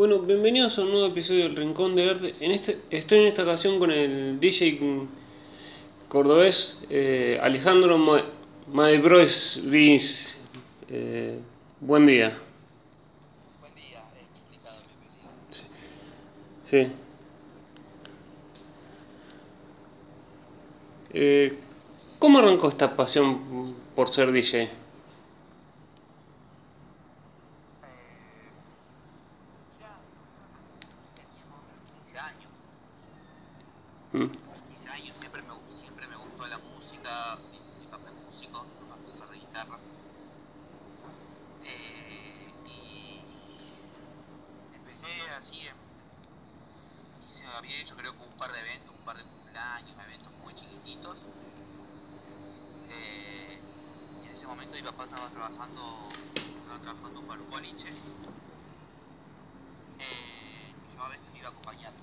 Bueno, bienvenidos a un nuevo episodio del Rincón del Arte. Estoy en esta ocasión con el DJ cordobés Alejandro Maebrois Viz. Buen día. Buen día, es complicado mi apellido. Sí. Eh, ¿Cómo arrancó esta pasión por ser DJ? Eh, Mira, tenía más o menos 15 años. Mm. A los 15 años siempre me gustó la música. Mi papá es músico, mi papá es profesor de guitarra. Y empecé así, había hecho creo que un par de eventos, un par de cumpleaños, eventos muy chiquititos. Eh, y en ese momento mi papá estaba trabajando para un boliche. Y yo a veces lo iba a acompañar.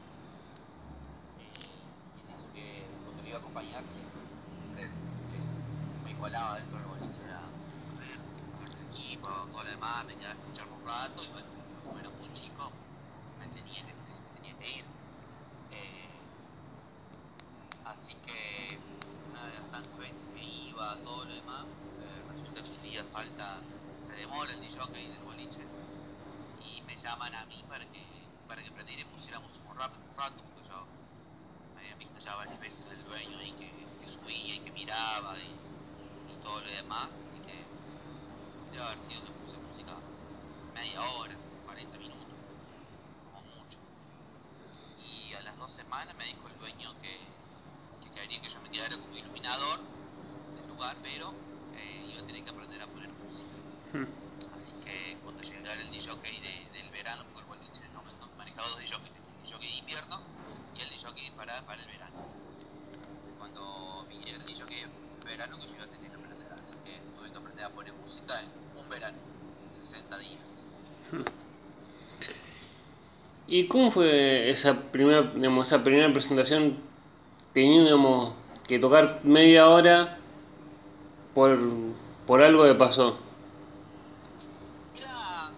Y en eso que cuando lo iba a acompañar siempre me colaba dentro del boliche a ver el equipo, todo lo demás, me quedaba a escuchar un rato y bueno, como era muy chico, me tenía que ir. Eh, Así que una de las tantas veces que iba, todo lo demás, resulta que un día se demora el DJ del boliche y me llaman a mí para que prendiera y pusiéramos un rato, porque yo me habían visto ya varias veces el dueño ahí que subía y que miraba y todo lo demás, así que debe haber sido que puse música media hora, 40 minutos, como mucho. Y a las 2 semanas me dijo el dueño que quería que yo me quedara como iluminador del lugar, pero iba a tener que aprender a poner música. Así que cuando llegara el DJ del verano, porque el boliche en ese momento manejaba dos DJs, tenía el DJ de invierno y el DJ para el verano. Cuando viniera el DJ de verano que yo iba a tener que aprender, así que tuve que aprender a poner música en un verano, 60 días. ¿Y cómo fue esa primera presentación teniendo, que tocar media hora por, por algo que pasó? Mira,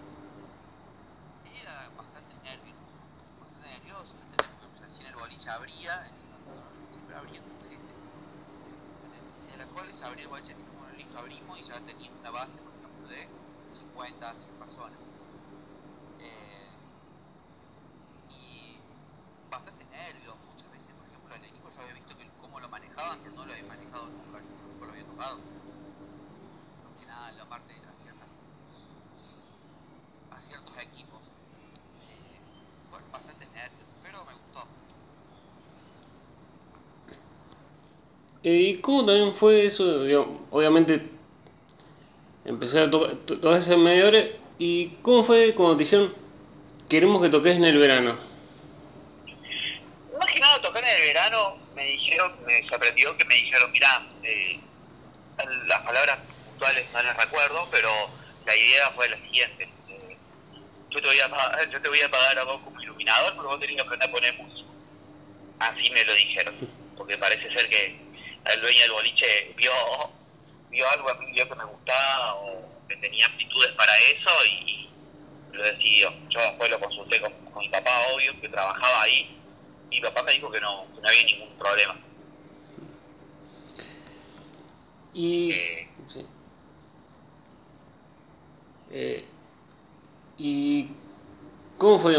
era bastante nervioso, entender, porque recién el boliche abría, encima siempre abrían con gente. Si la cual se abría el boliche, decimos, bueno, listo, abrimos y ya teníamos una base, por ejemplo, de 50 a 100 personas. Eh, y bastante nervios, muchas veces, por ejemplo, el equipo yo había visto cómo lo manejaban, pero no lo había manejado nunca, yo nunca lo había tocado. Más que nada la parte de a ciertos equipos. Fueron bastantes nervios, pero me gustó. ¿Y cómo también fue eso? Obviamente empecé a tocar esa media hora. ¿Y cómo fue cuando te dijeron queremos que toques en el verano? Más que nada tocar en el verano, me sorprendió que me dijeron, mirá, las palabras puntuales no las recuerdo, pero la idea fue la siguiente. Yo te voy a pagar a vos como iluminador, pero vos tenés que aprender a poner música. Así me lo dijeron, porque parece ser que el dueño del boliche vio algo a mí, vio que me gustaba o que tenía aptitudes para eso y lo decidió. Yo después lo consulté con mi papá, obvio, que trabajaba ahí, y mi papá me dijo que no había ningún problema. Y, Que sí. Eh, ¿Y cómo fue,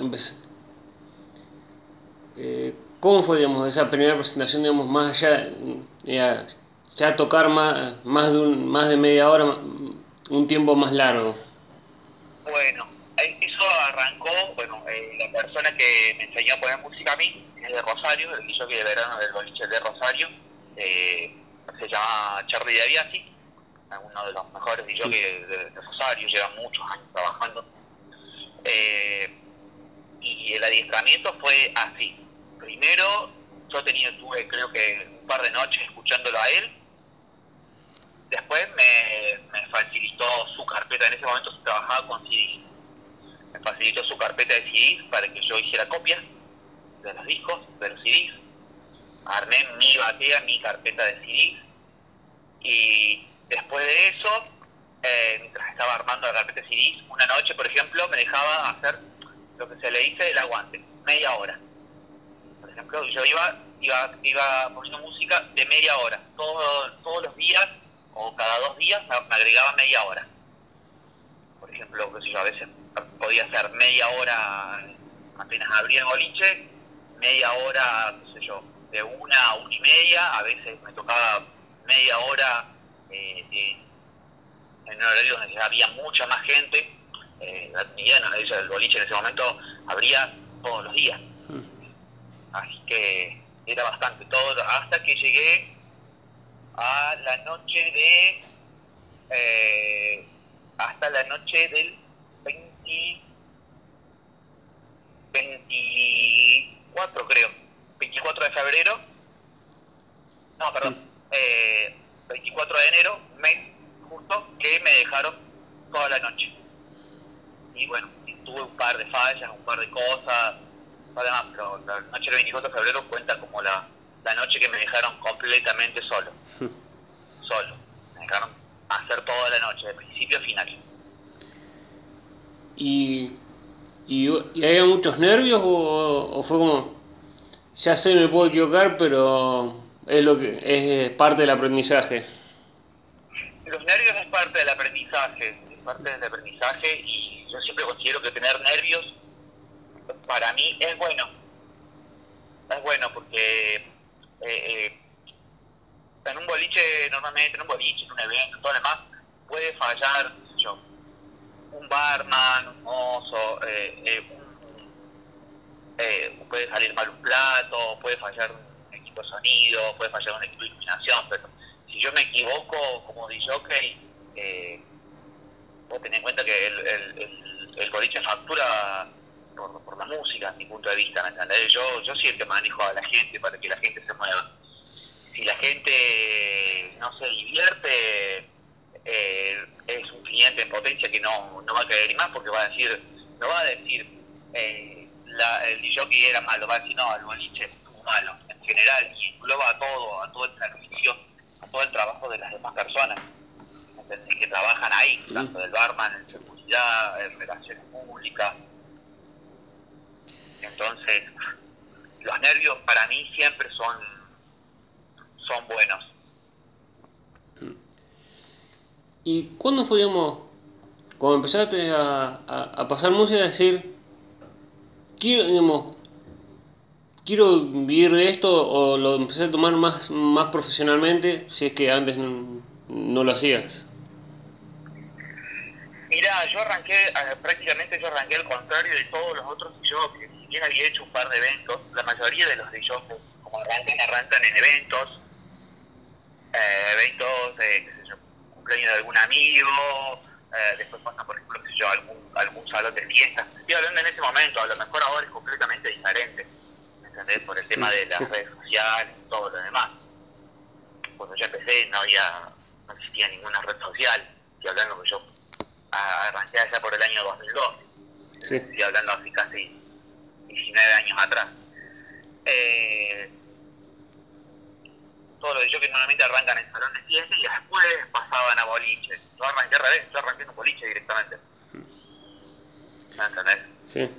cómo fue, esa primera presentación, más allá, ya tocar más de media hora, un tiempo más largo? Bueno, eso arrancó, bueno, la persona que me enseñó a poner música a mí es de Rosario, el DJ de verano del boliche de Rosario, se llama Charlie De Biasi, uno de los mejores DJ de Rosario, lleva muchos años trabajando. Eh, y el adiestramiento fue así. Primero, tuve creo que un par de noches escuchándolo a él. Después me facilitó su carpeta, en ese momento se trabajaba con CDs. Me facilitó su carpeta de CDs para que yo hiciera copias de los discos, de los CDs. Armé mi batea, mi carpeta de CDs. Y después de eso, mientras estaba armando la carpeta de CDs, una noche, por ejemplo, me dejaba hacer lo que se le dice el aguante, media hora. Por ejemplo, yo iba poniendo música de media hora. Todos los días, o cada 2 días, me agregaba media hora. Por ejemplo, qué sé yo, a veces podía hacer media hora apenas abría el boliche, media hora, qué sé yo, de 1 a 1:30, a veces me tocaba media hora en un horario donde ya había mucha más gente. El boliche en ese momento abría todos los días. Así que era bastante todo, hasta que llegué a la noche hasta la noche del 24, creo, 24 de febrero, no, perdón, 24 de enero, un mes justo, que me dejaron toda la noche. Y bueno, tuve un par de fallas, un par de cosas, además, pero la noche del 24 de febrero cuenta como la noche que me dejaron completamente solo. Solo. Me dejaron hacer toda la noche, de principio a final. ¿Y había muchos nervios o fue como, ya sé, me puedo equivocar, pero es lo que es parte del aprendizaje? Los nervios es parte del aprendizaje, y yo siempre considero que tener nervios para mí es bueno. Es bueno porque en un boliche, normalmente en un boliche, en un evento, todo lo demás, puede fallar, qué sé yo, un barman, un mozo, puede salir mal un plato, puede fallar un equipo de sonido, puede fallar un equipo de iluminación, pero si yo me equivoco como DJ, vos tenés en cuenta que el boliche factura por la música, en mi punto de vista, ¿me entendés? Yo soy el que manejo a la gente para que la gente se mueva. Si la gente no se divierte, es un cliente en potencia que no va a querer más, porque va a decir, no va a decir el DJ era malo, va a decir no, el boliche estuvo malo en general, y engloba a todo el servicio, a todo el trabajo de las demás personas, ¿entendés? Que trabajan ahí, tanto del barman, en seguridad, en relaciones públicas. Entonces, los nervios para mí siempre son buenos. ¿Y cuándo fue, digamos, cuando empezaste a pasar música, a decir, quiero vivir de esto, o lo empecé a tomar más profesionalmente, si es que antes no lo hacías? Mirá, prácticamente yo arranqué al contrario de todos los otros DJs, que si bien había hecho un par de eventos, la mayoría de los DJs, como arrancan en eventos, qué sé yo, cumpleaños de algún amigo, después pasan, por ejemplo, qué sé yo, algún salón de fiesta. Estoy hablando en ese momento, a lo mejor ahora es completamente diferente, ¿me entendés? Por el tema de las redes sociales y todo lo demás. Cuando yo empecé no existía ninguna red social, estoy hablando que yo arranqué allá por el año 2002, Sí. estoy hablando así casi 19 años atrás. Todos los DJs que normalmente arrancan en salón de fiesta y después pasaban a boliche. Yo arranqué al revés, yo arranqué en un boliche directamente. ¿Me entendés? Sí.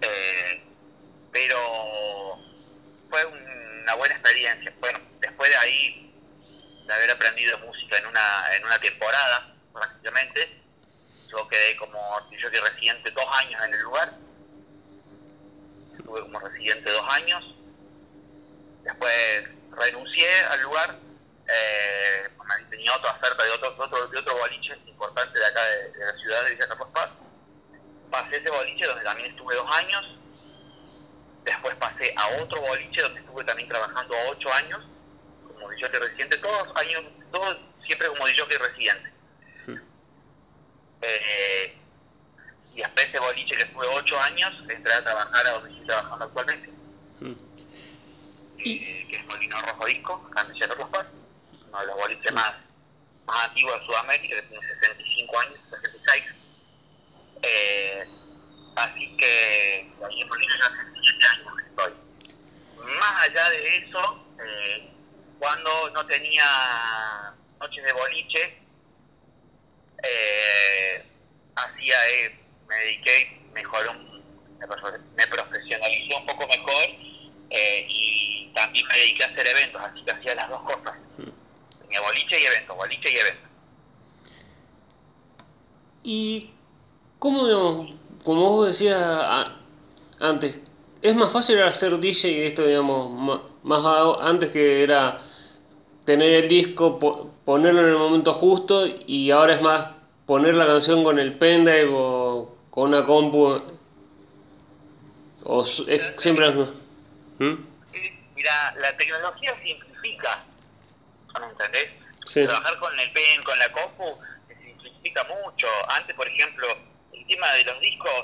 Pero fue una buena experiencia. Bueno, después de ahí, de haber aprendido música en una temporada, prácticamente, yo quedé como DJ residente 2 años en el lugar. Estuve como residente 2 años. Después renuncié al lugar. Tenía otra oferta de otro boliche importante de acá de la ciudad de Villa Carlos Paz. Pasé ese boliche donde también estuve 2 años. Después pasé a otro boliche donde estuve también trabajando 8 años como DJ residente, todos siempre como DJ residente. Y después de ese boliche que estuve 8 años, entré a trabajar a donde estoy trabajando actualmente, que es Molino Rojo Disco, acá en Villa Carlos Paz, uno de los boliches más antiguos de Sudamérica, que tiene 65 años, 66. Así que ahí en Molino ya hace 7 años que estoy. Más allá de eso, cuando no tenía noches de boliche, me dediqué, me hacer eventos, así que hacía las dos cosas. Tenía boliche y evento, boliche y evento. Y cómo, digamos, como vos decías antes, es más fácil hacer DJ esto, digamos, antes que era tener el disco, ponerlo en el momento justo y ahora es más poner la canción con el pendrive o con una compu o es siempre lo mismo. Mira, la tecnología simplifica, ¿me entendés? Sí. Trabajar con el pen, con la compu, se simplifica mucho. Antes, por ejemplo, el tema de los discos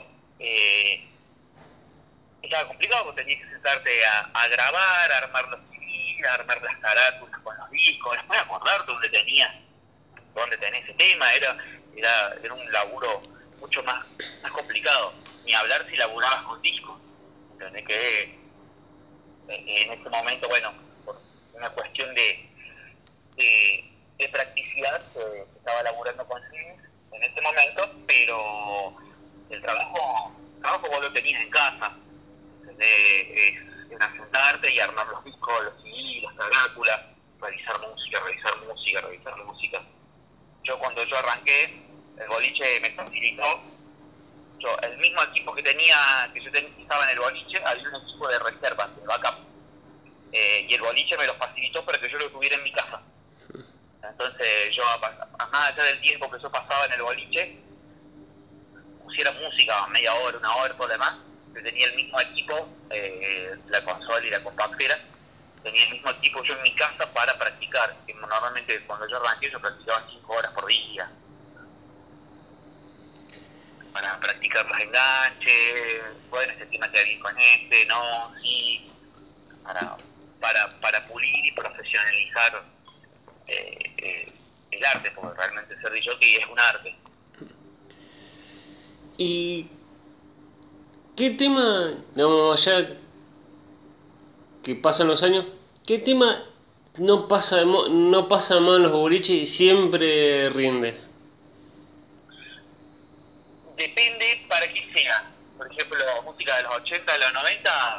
estaba complicado porque tenías que sentarte a grabar, a armar los CDs, a armar las carátulas con los discos, después acordarte dónde tenés ese tema, era un laburo mucho más complicado. Ni hablar si laburabas con discos. ¿Entendés? Que en este momento, bueno, por una cuestión de practicidad, se estaba laburando con CDs en este momento, pero el trabajo vos lo tenías en casa. Era sentarte y armar los discos, los CDs, las carátulas, revisar música. Cuando yo arranqué, el boliche me facilitó. El mismo equipo que estaba en el boliche, había un equipo de reserva, de backup. Y el boliche me lo facilitó para que yo lo tuviera en mi casa. Entonces yo, más allá del tiempo que yo pasaba en el boliche, pusiera música, media hora, una hora, todo lo demás. Yo tenía el mismo equipo, la consola y la compactera, tenía el mismo equipo yo en mi casa para practicar. Que normalmente cuando yo arranqué yo practicaba 5 horas por día. Para practicar los enganches, bueno, este tema queda bien con este, no, sí, para pulir y profesionalizar el arte, porque realmente ser DJ es un arte. ¿Y qué tema, digamos, allá que pasan los años, qué tema no pasa mal en los boliches y siempre rinde? Depende para qué sea. Por ejemplo, música de los 80, de los 90,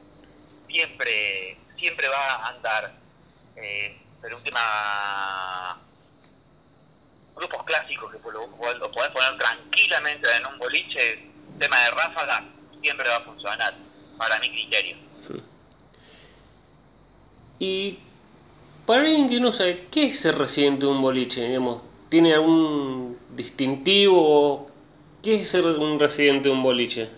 siempre va a andar. Pero un tema, grupos clásicos que lo podés poner tranquilamente en un boliche, tema de ráfaga, siempre va a funcionar, para mi criterio. Y para alguien que no sabe, ¿qué es ser residente de un boliche? Digamos, ¿tiene algún distintivo o qué es ser un residente de un boliche?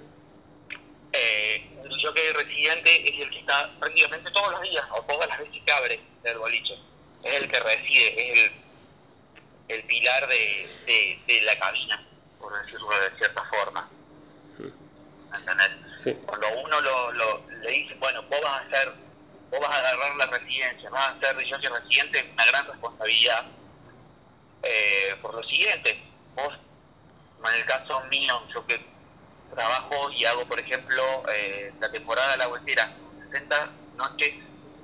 El jockey residente es el que está prácticamente todos los días o todas las veces que abre el boliche. Es el que reside, es el pilar de la cabina, por decirlo de cierta forma. ¿Entendés? Sí. Cuando uno le dice, bueno, vos vas a agarrar la residencia, vas a ser jockey residente, es una gran responsabilidad. Por lo siguiente, vos, en el caso mío, yo que trabajo y hago, por ejemplo, la temporada de la vueltera, 60 noches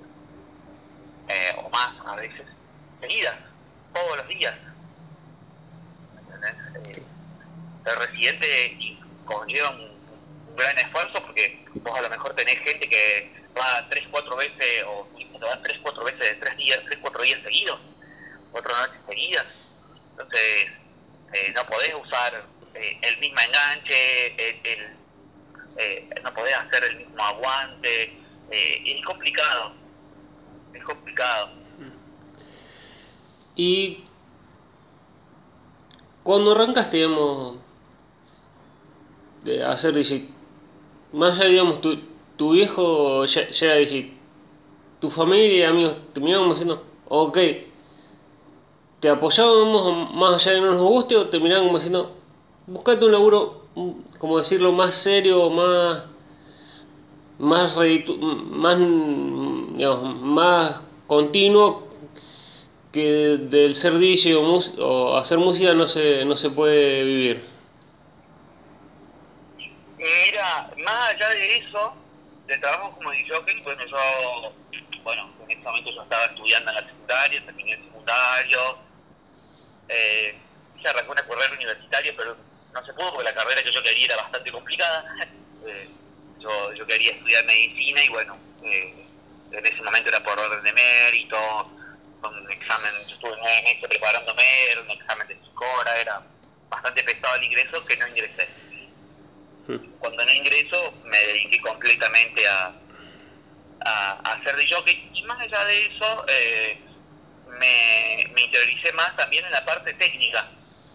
o más a veces, seguidas, todos los días. ¿Entendés? Ser residente conlleva un gran esfuerzo porque vos a lo mejor tenés gente que va 3-4 veces o que va 3-4 veces de 3-4 días seguidos, 4 noches seguidas. Entonces no podés usar el mismo enganche, no podés hacer el mismo aguante, es complicado. Y cuando arrancaste, digamos, de hacer DJ, más allá, digamos, tu viejo ya era DJ, tu familia y amigos terminaban diciendo, ok, te apoyábamos más allá de no nos guste o terminaban como diciendo, buscate un laburo, como decirlo, más serio, digamos, más continuo que del ser DJ o hacer música no se puede vivir. Mira, más allá de eso, de trabajo como DJ, bueno, en ese momento yo estaba estudiando en la secundaria, terminé el secundario, hice arranqué una carrera universitaria, pero no se pudo porque la carrera que yo quería era bastante complicada. Yo quería estudiar medicina y bueno, en ese momento era por orden de mérito, con un examen, yo estuve 9 meses preparándome, era un examen de 5 horas, era bastante pesado el ingreso que no ingresé. Cuando no ingreso me dediqué completamente a hacer de jockey, y más allá de eso me interioricé más también en la parte técnica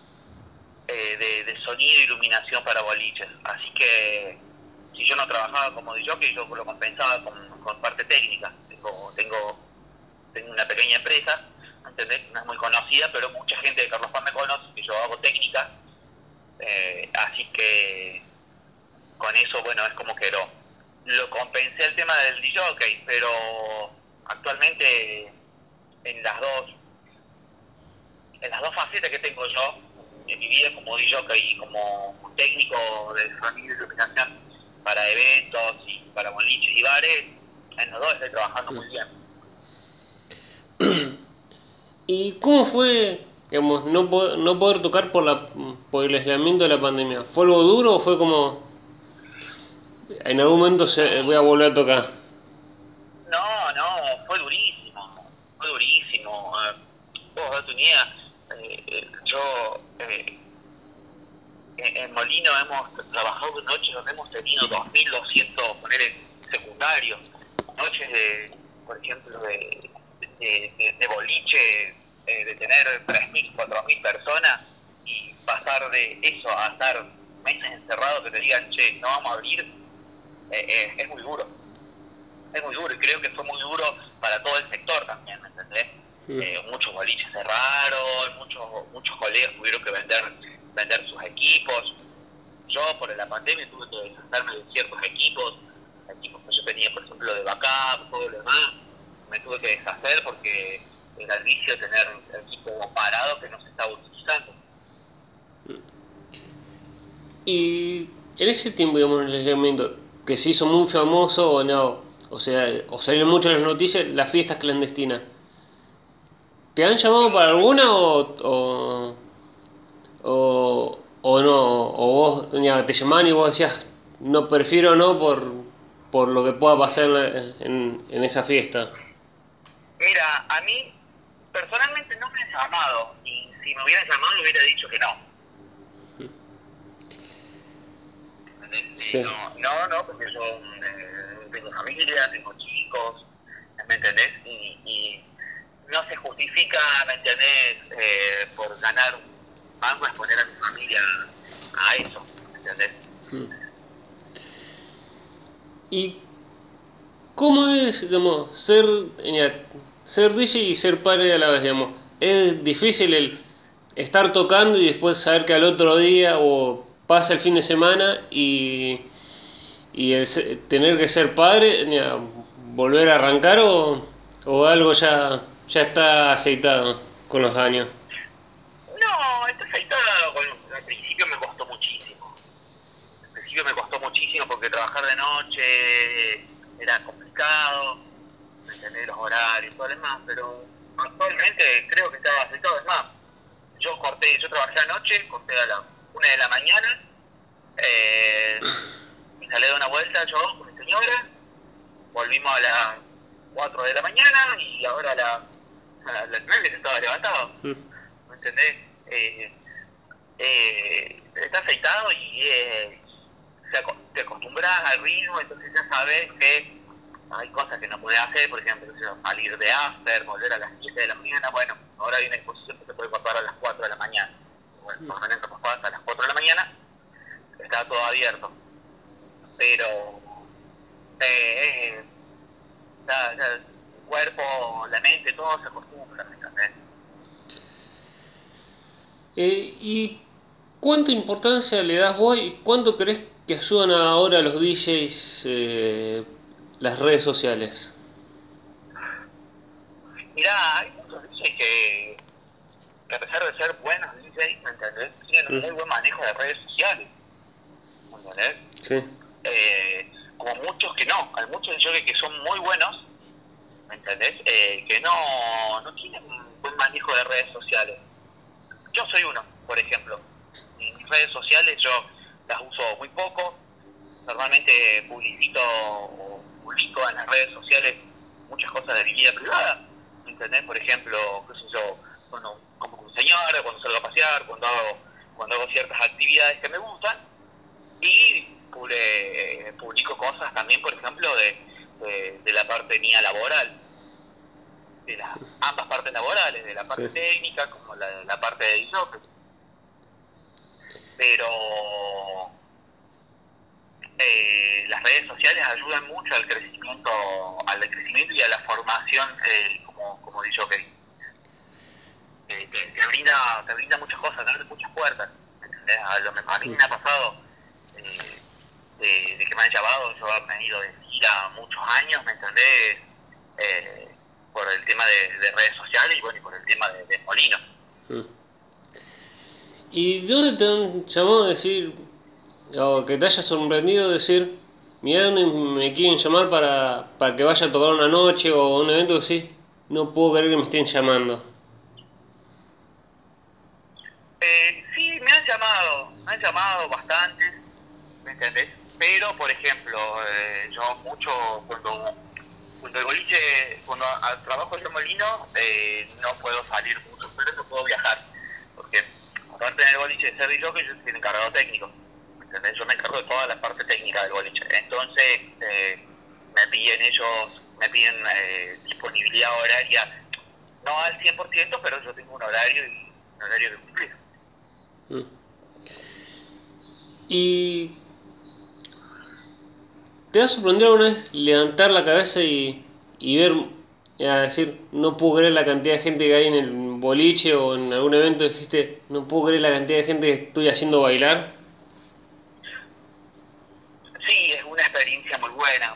de sonido e iluminación para boliches, así que si yo no trabajaba como de jockey yo lo compensaba con parte técnica. Tengo una pequeña empresa, ¿entendés? No es muy conocida, pero mucha gente de Carlos Paz me conoce que yo hago técnica, así que con eso, bueno, es como que lo compensé el tema del DJ, pero actualmente en las dos en las dos facetas que tengo yo, en mi vida como DJ y como técnico de sonido y iluminación para eventos y para boliches y bares, en los dos estoy trabajando muy bien. ¿Y cómo fue, digamos, no poder tocar por el aislamiento de la pandemia? ¿Fue algo duro o fue como, en algún momento voy a volver a tocar? No, fue durísimo, fue durísimo. Vos date una idea, yo en Molino hemos trabajado noches donde hemos tenido 2.200, poner en secundario, noches por ejemplo, de boliche, de tener 3.000, 4.000 personas, y pasar de eso a estar meses encerrados que te digan, che, no vamos a abrir, es muy duro. Es muy duro, y creo que fue muy duro para todo el sector también, ¿me entendés? Muchos boliches cerraron, muchos colegas tuvieron que vender sus equipos. Yo por la pandemia tuve que deshacerme de ciertos equipos que yo tenía, por ejemplo, de backup, todo lo demás. Me tuve que deshacer porque era el vicio tener el equipo parado que no se estaba utilizando. Y en ese tiempo, digamos, en el aislamiento, que se hizo muy famoso o no, o sea, o salieron mucho en las noticias, las fiestas clandestinas. ¿Te han llamado para alguna o no? ¿O vos ya, te llamaban y vos decías, no, prefiero no por lo que pueda pasar en esa fiesta? Mira, a mí personalmente no me han llamado, y si me hubieran llamado hubiera dicho que no. Sí. No, porque yo tengo familia, tengo chicos, ¿me entendés? Y no se justifica, ¿me entendés? Por ganar un mango exponer a mi familia a eso, ¿me entendés? ¿Y cómo es, digamos, ser DJ y ser padre a la vez, digamos? ¿Es difícil el estar tocando y después saber que al otro día o pasa el fin de semana y tener que ser padre, volver a arrancar o algo ya está aceitado con los años? No, esta afeitada al principio me costó muchísimo. Al principio me costó muchísimo porque trabajar de noche era complicado, ¿me entendés? Los horarios y todo lo demás, pero actualmente creo que está afectado. Es más, yo trabajé anoche, corté a la 1 de la mañana, me salí de una vuelta yo con mi señora, volvimos a las 4 de la mañana y ahora a las 9 estaba levantado, ¿me entendés? Está aceitado y te acostumbras al ritmo, entonces ya sabes que hay cosas que no puedes hacer, por ejemplo, salir de after, volver a las 7 de la mañana. Bueno, ahora hay una exposición que se puede cortar a las 4 de la mañana. Bueno, por lo menos hasta las 4 de la mañana está todo abierto, pero ya el cuerpo, la mente, todo se acostumbra, ¿me entendés? ¿Y cuánta importancia le das vos y cuánto crees que ayudan ahora a los DJs las redes sociales? Mirá, hay muchos DJs que a pesar de ser buenos DJs, ¿me entendés? Tienen un muy buen manejo de redes sociales, ¿me entendés? Sí. Como muchos que no, hay muchos DJs que son muy buenos, ¿me entendés? Que no tienen un buen manejo de redes sociales. Yo soy uno, por ejemplo. Mis redes sociales yo las uso muy poco. Normalmente publico en las redes sociales muchas cosas de mi vida privada, ¿me entendés? Por ejemplo, qué sé yo, cuando como con mi señora, cuando salgo a pasear, cuando hago ciertas actividades que me gustan, y publico cosas también, por ejemplo, de la parte mía laboral, de las ambas partes laborales, de la parte sí. técnica como la parte de editor, pero las redes sociales ayudan mucho al crecimiento y a la formación como DJ. Te brinda muchas cosas, te abre muchas puertas, ¿entendés? A mí me ha pasado eh, de que me han llamado, yo me he ido de gira muchos años, ¿me entendés? Eh, por el tema de redes sociales y bueno, y por el tema de Molino. Mm. ¿Y dónde te han llamado a decir, o que te haya sorprendido decir, mirá dónde me quieren llamar para que vaya a tocar una noche o un evento así? No puedo creer que me estén llamando. Sí, me han llamado bastantes, ¿me entendés? Pero, por ejemplo, yo mucho cuando el boliche, trabajo yo en Molino, no puedo salir mucho, pero no puedo viajar, porque aparte en el boliche de ser DJ, yo soy el encargado técnico, ¿me entendés? Yo me encargo de toda la parte técnica del boliche, entonces me piden disponibilidad horaria, no al 100%, pero yo tengo un horario de cumplir. Mm. ¿Y te ha sorprendido alguna vez levantar la cabeza y ver, a decir, no puedo creer la cantidad de gente que hay en el boliche o en algún evento? Dijiste, no puedo creer la cantidad de gente que estoy haciendo bailar. Sí, es una experiencia muy buena.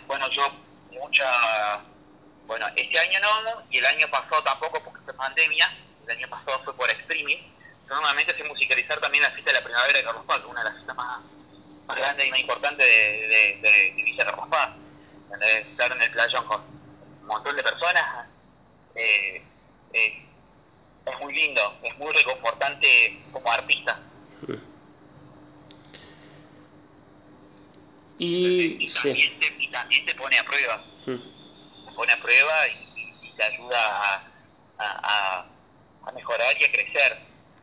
Bueno, este año no, y el año pasado tampoco porque fue pandemia, el año pasado fue por streaming. Yo normalmente sé musicalizar también la fiesta de la primavera de Carlos Paz, una de las fiestas más grandes y más importantes de Villa Carlos Paz. Donde estar en el playón con un montón de personas, eh, eh, es muy lindo, es muy reconfortante como artista. ¿Entendés? Y sí. Y también te pone a prueba. Mm. Te pone a prueba y te ayuda a, a- a mejorar y a crecer.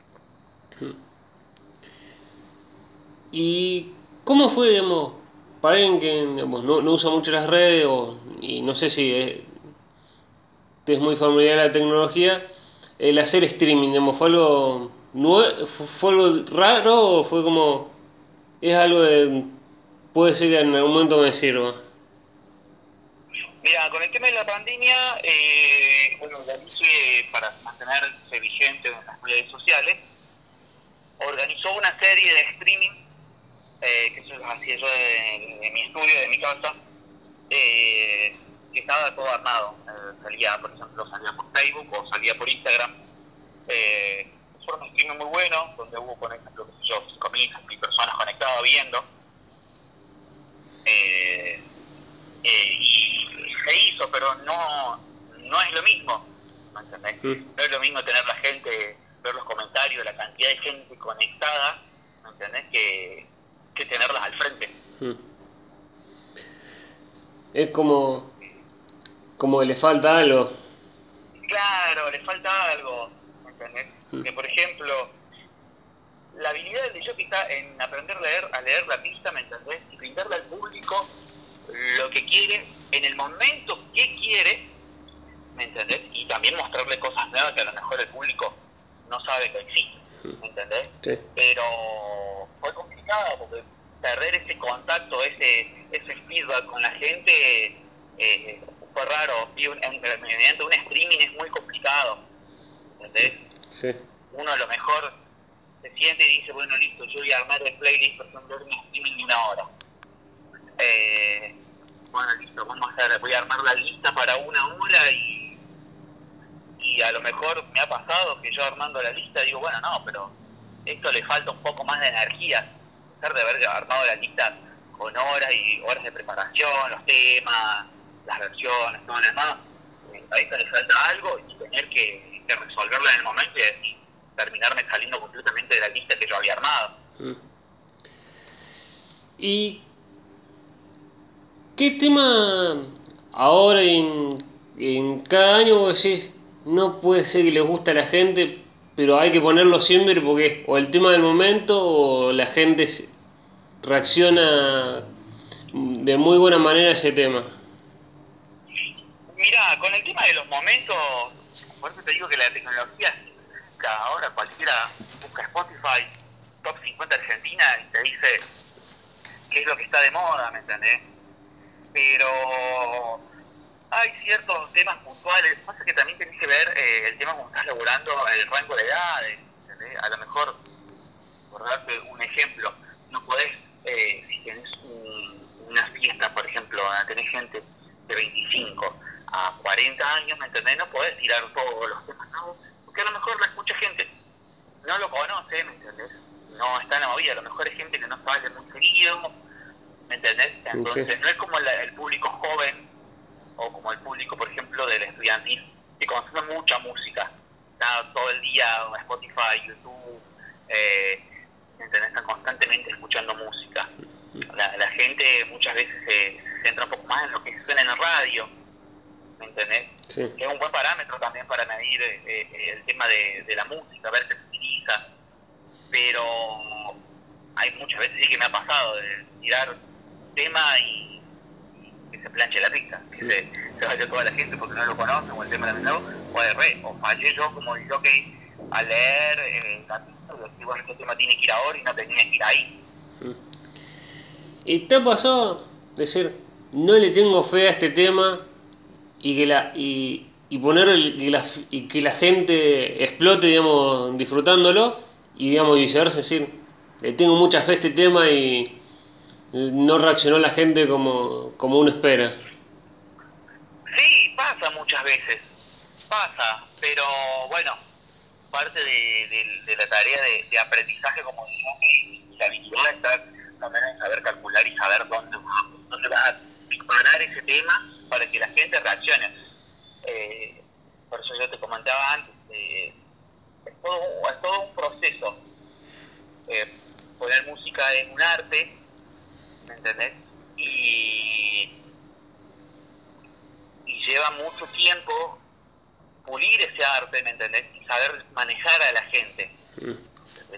¿Y cómo fue, digamos, para alguien que digamos, no usa mucho las redes y no sé si te es muy familiar la tecnología, el hacer streaming, digamos, fue algo fue algo raro o fue como, es algo de, puede ser que en algún momento me sirva? Mira, con el tema de la pandemia, bueno, la Lice, para mantenerse vigente en las redes sociales, organizó una serie de streaming, que eso lo hacía yo de mi estudio, de mi casa, que estaba todo armado. Salía, por ejemplo, salía por Facebook o salía por Instagram. Fueron un streaming muy bueno, donde hubo, por ejemplo, qué sé yo, 5.000, 6.000 personas conectadas viendo. Eh, y se hizo, pero no es lo mismo, ¿me entendés? Mm, No es lo mismo tener la gente, ver los comentarios, la cantidad de gente conectada, ¿me entendés? Que tenerlas al frente. mm. Es como que le falta algo. Claro, le falta algo, ¿me entendés? Mm, Que por ejemplo, la habilidad del DJ está en aprender a leer la pista, ¿me entendés? Y brindarle al público lo que quiere, en el momento que quiere, ¿me entendés? Y también mostrarle cosas nuevas que a lo mejor el público no sabe que existen, ¿me entendés? sí, Pero fue complicado porque perder ese contacto, ese feedback con la gente, fue raro. Mediante un streaming es muy complicado, ¿entendés? sí. Uno a lo mejor se siente y dice, bueno, listo, yo voy a armar el playlist, por ejemplo, de un streaming de 1 hora. Bueno, listo, voy a armar la lista para 1 hora y a lo mejor me ha pasado que yo armando la lista digo, bueno, no, pero esto le falta un poco más de energía, a pesar de haber armado la lista con horas y horas de preparación, los temas, las versiones, todo lo demás, a esto le falta algo y tener que resolverlo en el momento y terminarme saliendo completamente de la lista que yo había armado. Mm. ¿Y qué tema ahora en cada año vos decís, no puede ser que les guste a la gente, pero hay que ponerlo siempre porque es o el tema del momento o la gente reacciona de muy buena manera a ese tema. Mira, con el tema de los momentos, por eso te digo que la tecnología es ahora cualquiera busca Spotify, Top 50 Argentina y te dice qué es lo que está de moda, ¿me entendés? Pero hay ciertos temas puntuales, pasa que también tenés que ver el tema como estás laburando, el rango de edades, ¿entendés? A lo mejor, por darte un ejemplo, no podés, si tenés una fiesta, por ejemplo, donde tenés gente de 25 a 40 años, ¿me entendés? No podés tirar todos los temas nuevos, porque a lo mejor la escucha gente, no lo conoce, ¿me entendés? No está en la movida, a lo mejor hay gente que no sale muy seguido, ¿me entendés? Entonces Okay. no es como el público joven o como el público, por ejemplo, del estudiantil, que consume mucha música, está todo el día en Spotify, YouTube, ¿me entendés? Están constantemente escuchando música. La gente muchas veces se centra un poco más en lo que suena en el radio, ¿me entendés? Sí. Que es un buen parámetro también para medir el tema de la música, ver qué se utiliza, pero hay muchas veces sí que me ha pasado de tirar un tema y que se planche la pista, que se vaya toda la gente porque no lo conocen o el tema de nuevo, o fallé yo como jockey a leer la pista y decir, bueno, este tema tiene que ir ahora y no tenía que ir ahí. ¿Y te ha pasado decir, no le tengo fe a este tema y que y poner y que la gente explote, digamos, disfrutándolo y digamos viceversa, es decir, le tengo mucha fe a este tema y no reaccionó la gente como uno espera? Sí, pasa muchas veces, pasa, pero bueno, parte de la tarea de aprendizaje como jockey y la habilidad de estar también en saber calcular y saber dónde vas a disparar ese tema para que la gente reaccione. Por eso yo te comentaba antes, es todo un proceso. Poner música es un arte, ¿me entendés? Y lleva mucho tiempo pulir ese arte, ¿me entendés? Y saber manejar a la gente, ¿entendés?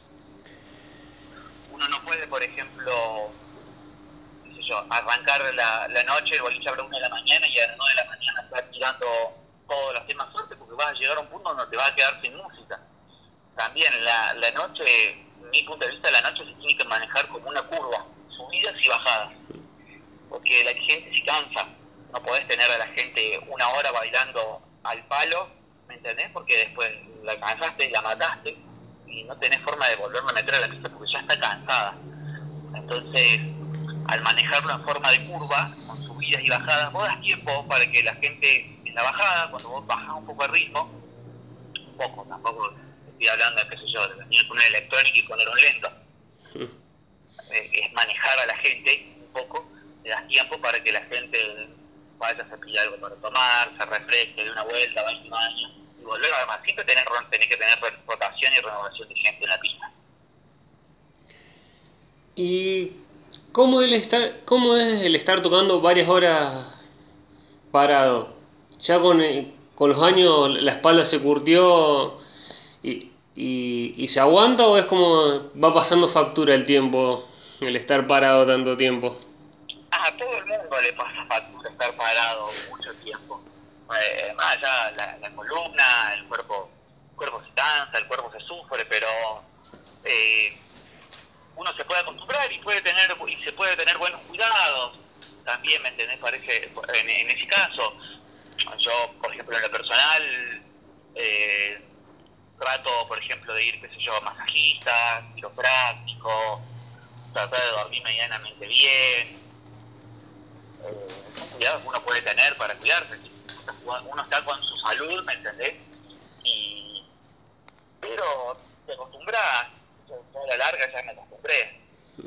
Uno no puede, por ejemplo, qué sé yo, arrancar la noche, el boliche abre a 1 de la mañana y a las 9 de la mañana estar tirando todos los temas sueltos porque vas a llegar a un punto donde te vas a quedar sin música. También la noche, desde mi punto de vista, la noche se tiene que manejar como una curva, subidas y bajadas, porque la gente se cansa. No podés tener a la gente 1 hora bailando al palo, ¿me entendés? Porque después la cansaste y la mataste y no tenés forma de volverla a meter a la pista porque ya está cansada. Entonces, al manejarlo en forma de curva, con subidas y bajadas, vos das tiempo para que la gente en la bajada, cuando vos bajás un poco el ritmo, un poco, tampoco estoy hablando de, qué sé yo, de venir con una electrónica y poner un lento, es manejar a la gente un poco, le das tiempo para que la gente vaya a cepillar algo para tomar, se refresque, dé una vuelta, vaya un baño y volver. Además, siempre tenés que tener rotación y renovación de gente en la pista. ¿Y cómo es el estar tocando varias horas parado? Ya con los años la espalda se curtió y se aguanta o es como va pasando factura el tiempo, el estar parado tanto tiempo? A todo el mundo le pasa factura estar parado mucho tiempo. Más allá la columna, el cuerpo se cansa, el cuerpo se sufre, pero eh, uno se puede acostumbrar y se puede tener buenos cuidados. También, ¿me entendés? Parece, en ese caso, yo, por ejemplo, en lo personal, eh, trato, por ejemplo, de ir, qué sé yo, a masajistas, quiropráctico, tratar de dormir medianamente bien. Son cuidados que uno puede tener para cuidarse. Uno está con su salud, ¿me entendés? Y, pero te acostumbras, yo a la larga ya me acostumbré.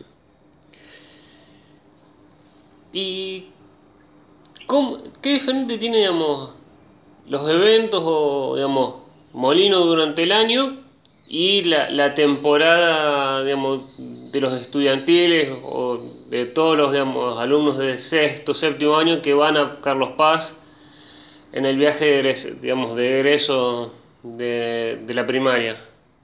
¿Y qué diferente tiene, digamos, los eventos o, digamos, Molino durante el año y la temporada, digamos, de los estudiantiles o de todos los, digamos, alumnos de sexto, séptimo año que van a Carlos Paz en el viaje de egreso, digamos, de egreso de la primaria?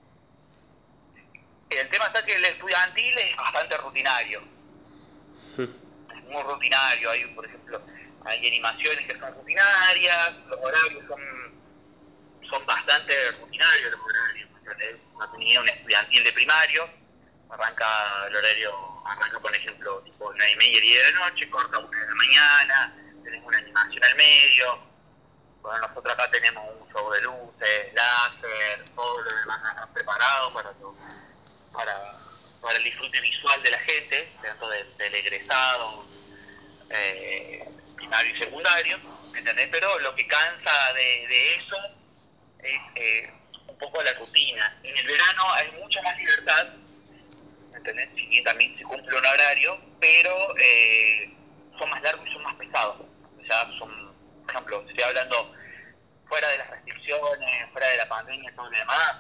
El tema está que el estudiantil es bastante rutinario, es muy rutinario. Hay, por ejemplo, hay animaciones que son rutinarias, los horarios son bastante rutinarios los horarios. No tenía un estudiantil de primario, arranca por ejemplo tipo 9:30, 10 de la noche, corta 1 de la mañana, tenés una animación al medio. Bueno, nosotros acá tenemos un show de luces, láser, todo lo demás preparado para, para el disfrute visual de la gente, tanto del egresado, primario y secundario, ¿entendés? Pero lo que cansa de eso es un poco la rutina. En el verano hay mucha más libertad, ¿entendés? Si bien también se cumple un horario, pero son más largos y son más pesados. O sea, por ejemplo, estoy hablando fuera de las restricciones, fuera de la pandemia y todo lo demás,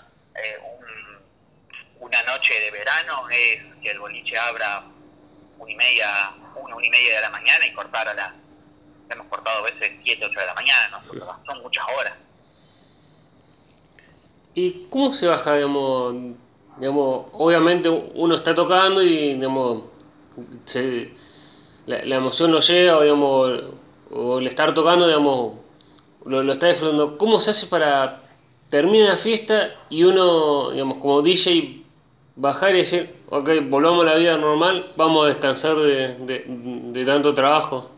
una noche de verano es que el boliche abra 1:30 de la mañana y hemos cortado a veces 7, 8 de la mañana, ¿no? Son muchas horas. ¿Y cómo se baja, digamos, obviamente uno está tocando y, digamos, la emoción lo lleva, digamos, o el estar tocando, digamos, lo está disfrutando? ¿Cómo se hace para terminar la fiesta y uno, digamos, como DJ, bajar y decir, ok, volvamos a la vida normal, vamos a descansar de tanto trabajo?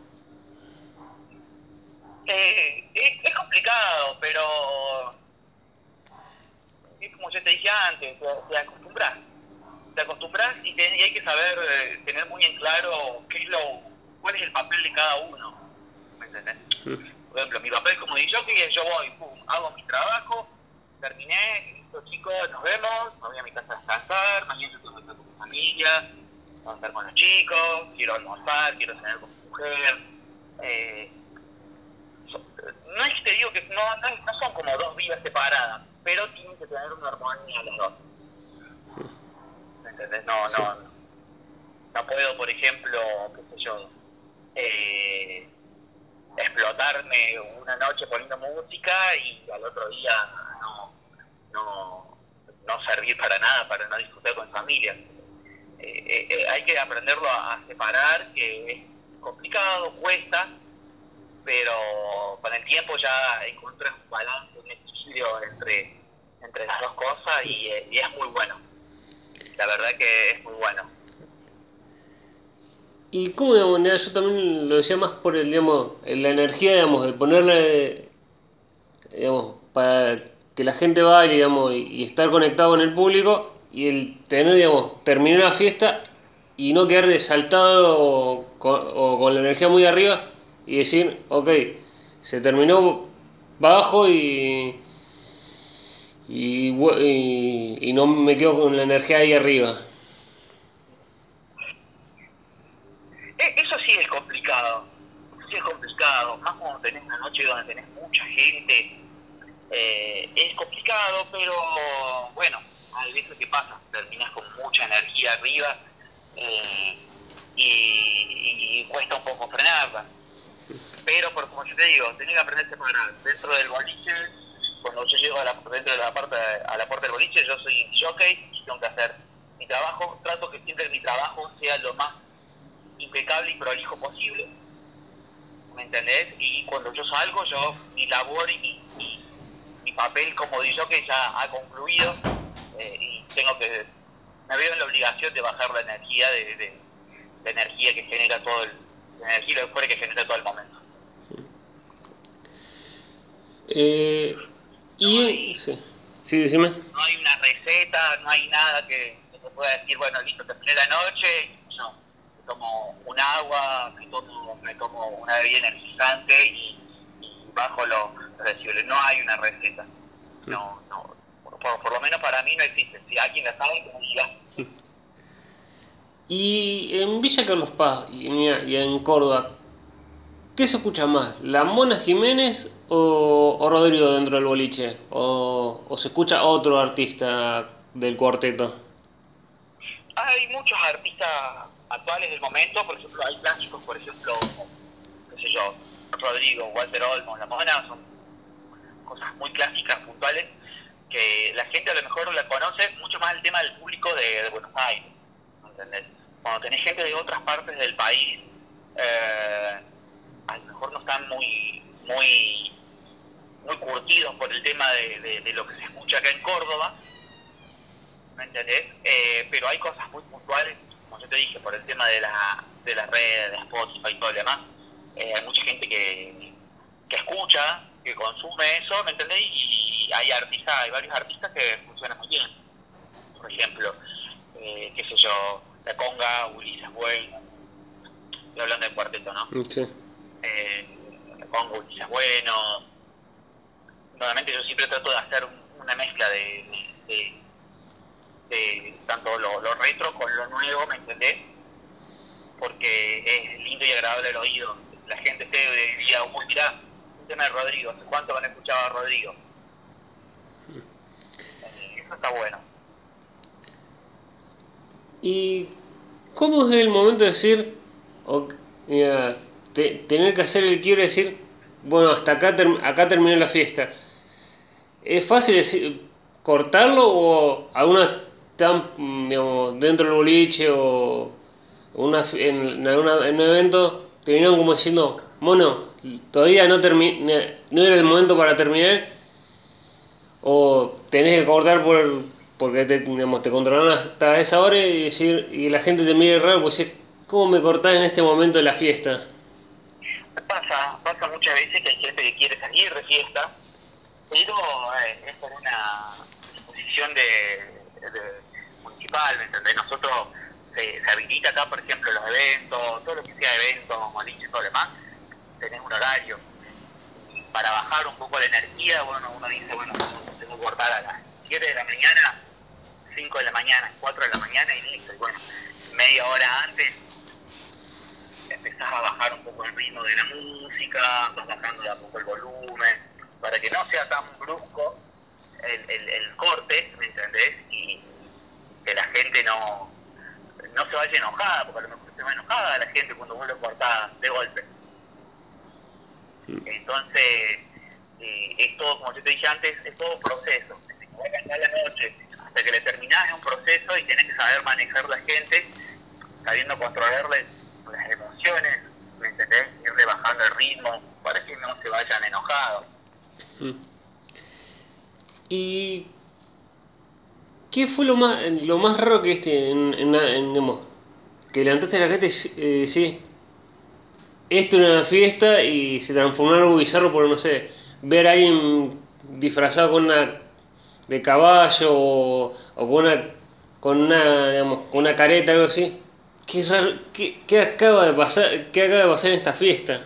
Es complicado, pero es como yo te dije antes, te acostumbras. Te acostumbras y hay que saber tener muy en claro cuál es el papel de cada uno. ¿Me entendés? Por ejemplo, mi papel como DJ es yo voy, pum, hago mi trabajo, terminé, listo chicos, nos vemos, me voy a mi casa a descansar, mañana yo tengo que estar con mi familia, voy a estar con los chicos, quiero almorzar, quiero cenar con mi mujer. No es que te digo que no son como dos vidas separadas, pero tienen que tener una armonía los dos. ¿Me entendés? No puedo, por ejemplo, qué sé yo, explotarme una noche poniendo música y al otro día no servir para nada, para no disfrutar con familia. Hay que aprenderlo a separar, que es complicado, cuesta, pero con el tiempo ya encuentras un balance, un equilibrio entre las dos cosas y es muy bueno. La verdad que es muy bueno. Y cómo, digamos, yo también lo decía más por el, digamos, la energía, digamos, de ponerle, digamos, para que la gente vaya, digamos, y estar conectado con el público y el tener, digamos, terminar la fiesta y no quedar desaltado o con la energía muy arriba y decir, ok, se terminó bajo y no me quedo con la energía ahí arriba. Eso sí es complicado. Eso sí es complicado. Más cuando tenés una noche donde tenés mucha gente. Es complicado, pero bueno, hay veces que pasa. Terminas con mucha energía arriba y cuesta un poco frenarla. Pero como yo te digo, tenés que aprender a separar. Dentro del boliche, cuando yo llego dentro de a la puerta del boliche, yo soy jockey y tengo que hacer mi trabajo. Trato que siempre mi trabajo sea lo más impecable y prolijo posible, ¿me entendés? Y cuando yo salgo, mi labor y mi papel como DJ que ya ha concluido y me veo en la obligación de bajar la energía la energía que genera la energía y lo fuerte que genera todo el momento. Sí, sí, decime. No hay una receta, no hay nada que se pueda decir, bueno, listo, terminé la noche, no. Me tomo un agua, me tomo una bebida energizante y bajo los decibeles. No hay una receta. No. Por lo menos para mí no existe. Si alguien la sabe, que me diga. Y en Villa Carlos Paz y en Córdoba, ¿qué se escucha más? ¿La Mona Jiménez o Rodrigo dentro del boliche? ¿O se escucha otro artista del cuarteto? Hay muchos artistas actuales del momento, por ejemplo, hay clásicos, por ejemplo, qué sé yo, Rodrigo, Walter Olmos, La Mona, son cosas muy clásicas, puntuales, que la gente a lo mejor la conoce mucho más el tema del público de Buenos Aires, ¿entendés? Cuando tenés gente de otras partes del país, a lo mejor no están muy curtidos por el tema de lo que se escucha acá en Córdoba, ¿me entendés? Pero hay cosas muy puntuales, como yo te dije, por el tema de las redes, de Spotify y todo lo demás. Hay mucha gente que escucha, que consume eso, ¿me entendés? Y hay varios artistas que funcionan muy bien. Por ejemplo, qué sé yo, La Conga, Ulises Bueno, estoy hablando de cuarteto, ¿no? Sí. La Conga, Ulises Bueno. Nuevamente yo siempre trato de hacer una mezcla de tanto lo retro con lo nuevo, ¿me entendés? Porque es lindo y agradable el oído. La gente diría, uy, mirá, un tema de Rodrigo, ¿hace cuánto que no escuchaba a Rodrigo? Eso está bueno. ¿Y cómo es el momento de decir, tener que hacer el quiebre y decir, bueno, hasta acá terminó la fiesta? ¿Es fácil cortarlo o algunas están, digamos, dentro del boliche o en un evento terminaron como diciendo, bueno, todavía no era el momento para terminar, o tenés que cortar porque digamos, te controlaron hasta esa hora y decir, y la gente te mire raro, pues decir, ¿cómo me cortás en este momento de la fiesta? Pasa muchas veces que hay gente que quiere salir de fiesta, pero es por una disposición municipal, ¿me entendés? Nosotros se habilita acá, por ejemplo, los eventos, todo lo que sea eventos, boliche y todo lo demás, tenés un horario. Y para bajar un poco la energía, bueno, uno dice, bueno, tengo que cortar a las 7 de la mañana, 5 de la mañana, 4 de la mañana y listo. Y bueno, media hora antes empezás a bajar un poco el ritmo de la música, vas bajando de a poco el volumen, para que no sea tan brusco el corte, ¿me entendés? Y que la gente no se vaya enojada, porque a lo mejor se va enojada la gente cuando vuelve cortada de golpe. Entonces, es todo, como yo te dije antes, es todo un proceso. Desde que vuelve a la noche hasta que le terminás es un proceso y tenés que saber manejar la gente, sabiendo controlarle las emociones, ¿me entendés? Irle bajando el ritmo para que no se vayan enojados. ¿Y qué fue lo más raro que digamos, que levantaste a la gente y sí, esto era una fiesta y se transformó en algo bizarro por, no sé, ver a alguien disfrazado de caballo o digamos, con una careta, algo así? Qué raro, qué acaba de pasar, qué acaba de pasar en esta fiesta?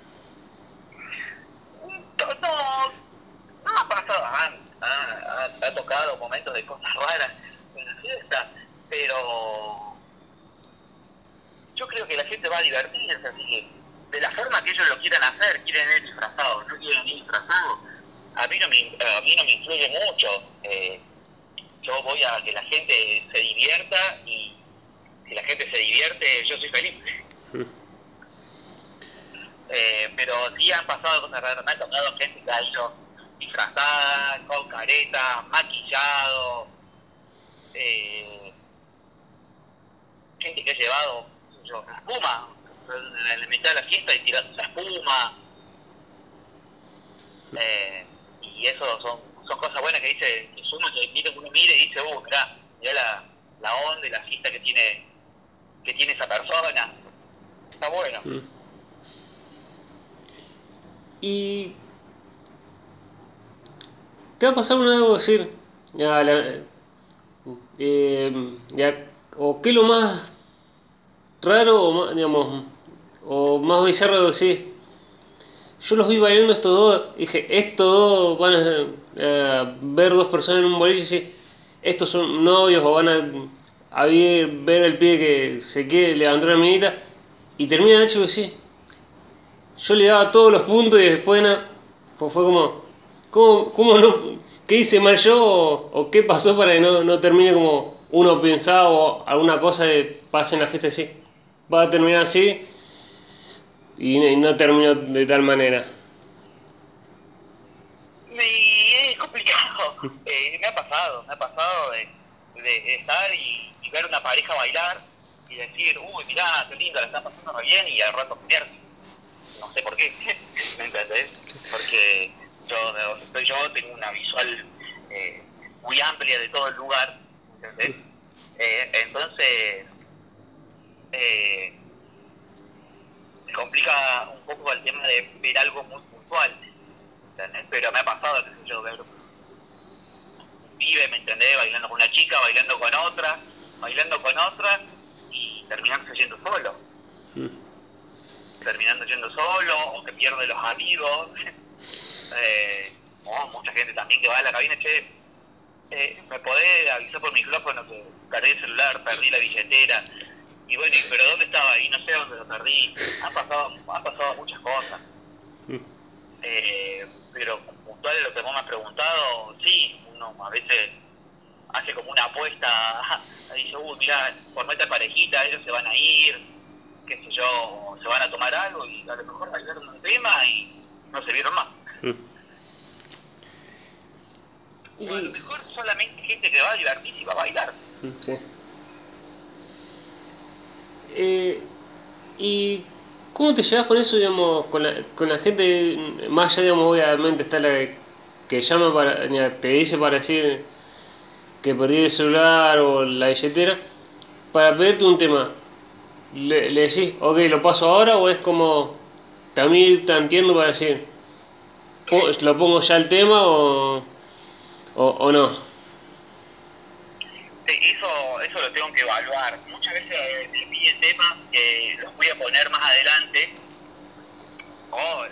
No ha pasado, ha tocado momentos de cosas raras en la fiesta, pero yo creo que la gente va a divertirse, así que de la forma que ellos lo quieran hacer, quieren ir disfrazados, no quieren ir disfrazados, a mí no me influye mucho. Yo voy a que la gente se divierta y si la gente se divierte, yo soy feliz. Pero sí han pasado cosas raras, me han tocado gente que ha ido disfrazada, con careta, maquillado, gente que ha llevado espuma, en la mitad de la fiesta y tirando esa espuma, y eso son cosas buenas que suma, que uno mire y dice, mirá la onda y la fiesta que tiene esa persona, está bueno. ¿Y te ha pasado una vez decir, o qué es lo más raro o más, digamos, o más bizarro de decir, yo los vi bailando estos dos, dije, estos dos van a ver dos personas en un boliche y decir, estos son novios o van ver el pibe que se quiere levantar una minita y termina el hecho de decir, yo le daba todos los puntos y después pues fue como, ¿cómo no? ¿Qué hice mal yo o qué pasó para que no termine como uno pensaba o alguna cosa de pase en la fiesta así? Va a terminar así y no terminó de tal manera. me ha pasado de estar y ver una pareja bailar y decir, uy, mirá, qué lindo, la están pasando re bien, y al rato pelearse. No sé por qué, ¿me entendés? Porque donde estoy yo tengo una visual muy amplia de todo el lugar, ¿entendés? Entonces, eh, me complica un poco el tema de ver algo muy puntual, ¿entendés? Pero me ha pasado, qué sé yo, ver un pibe, ¿me entendés? Bailando con una chica, bailando con otra, y terminando yendo solo. Terminando yendo solo, o que pierde los amigos, o mucha gente también que va a la cabina, che, me podés avisar por micrófono que perdí el celular, perdí la billetera, y bueno, pero ¿dónde estaba? Y no sé dónde lo perdí. Han pasado muchas cosas, pero puntual de lo que vos me has preguntado, sí, uno a veces hace como una apuesta, dice, mirá, por meter parejita, ellos se van a ir, qué sé yo, se van a tomar algo y a lo mejor bailaron un tema y no se vieron más. O a lo mejor solamente gente que va a divertirse y va a bailar. Sí. ¿Y cómo te llevas con eso, digamos, con la gente? Más allá, digamos, obviamente está la que llama te dice para decir que perdí el celular o la billetera, para pedirte un tema. ¿Le decís, ok, lo paso ahora, o es como también te entiendo para decir, lo pongo ya el tema o no? Eso lo tengo que evaluar. Muchas veces me piden temas que los voy a poner más adelante, o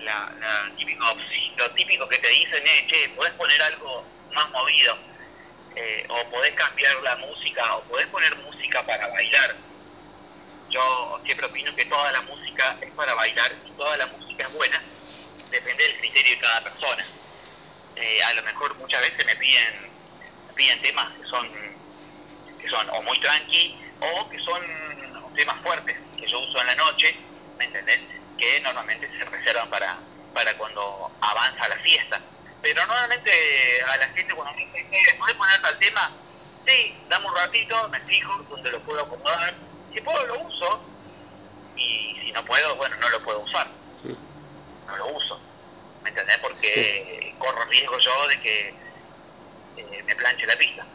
lo típico que te dicen es, che, podés poner algo más movido, o podés cambiar la música, o podés poner música para bailar. Yo siempre opino que toda la música es para bailar y toda la música es buena, depende del criterio de cada persona. A lo mejor muchas veces me piden temas que son o muy tranqui, o que son temas fuertes que yo uso en la noche, ¿me entendés? Que normalmente se reservan para cuando avanza la fiesta. Pero normalmente a la gente cuando me dice, ¿podés poner tal tema? Sí, dame un ratito, me fijo donde lo puedo acomodar. Si puedo lo uso, y si no puedo, bueno, no lo puedo usar. No lo uso, ¿me entendés? Porque corro riesgo yo de que me planche la pista.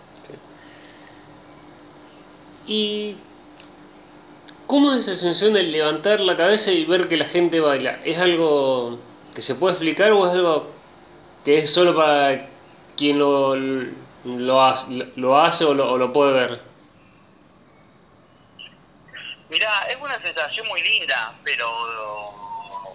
¿Y cómo es esa sensación de levantar la cabeza y ver que la gente baila? ¿Es algo que se puede explicar o es algo que es solo para quien lo hace o lo puede ver? Mirá, es una sensación muy linda, pero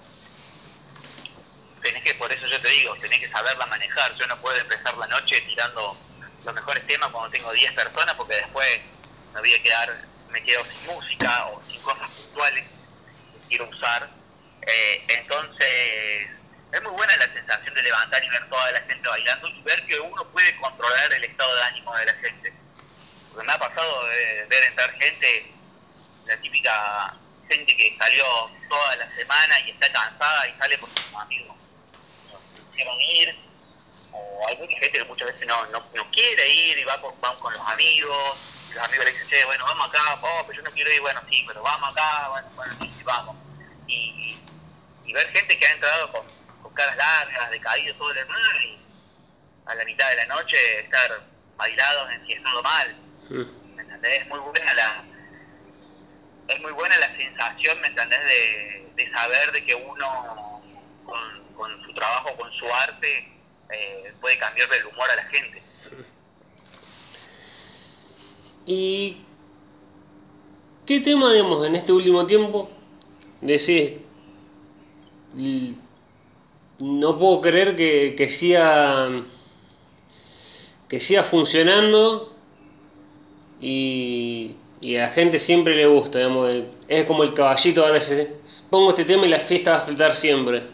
por eso yo te digo, tenés que saberla manejar. Yo no puedo empezar la noche tirando los mejores temas cuando tengo 10 personas, porque después me quedo sin música o sin cosas puntuales que quiero usar. Entonces, es muy buena la sensación de levantar y ver toda la gente bailando y ver que uno puede controlar el estado de ánimo de la gente. Porque me ha pasado de ver entrar gente, la típica gente que salió toda la semana y está cansada y sale porque sus amigos no quisieron ir, o hay mucha gente que muchas veces no quiere ir y van con los amigos, y los amigos le dicen, che, bueno, vamos acá, pero yo no quiero ir, bueno, sí, pero vamos acá, bueno sí, vamos. Y ver gente que ha entrado con caras largas, decaído todo el demás, y a la mitad de la noche estar bailados, ensiestado mal, ¿me entendés? Es muy buena la sensación, ¿me entendés? De saber de que uno con su trabajo, con su arte, puede cambiarle el humor a la gente. ¿Y qué tema, digamos, en este último tiempo decís, no puedo creer que siga funcionando y a la gente siempre le gusta, digamos, es como el caballito, ahora pongo este tema y la fiesta va a explotar siempre?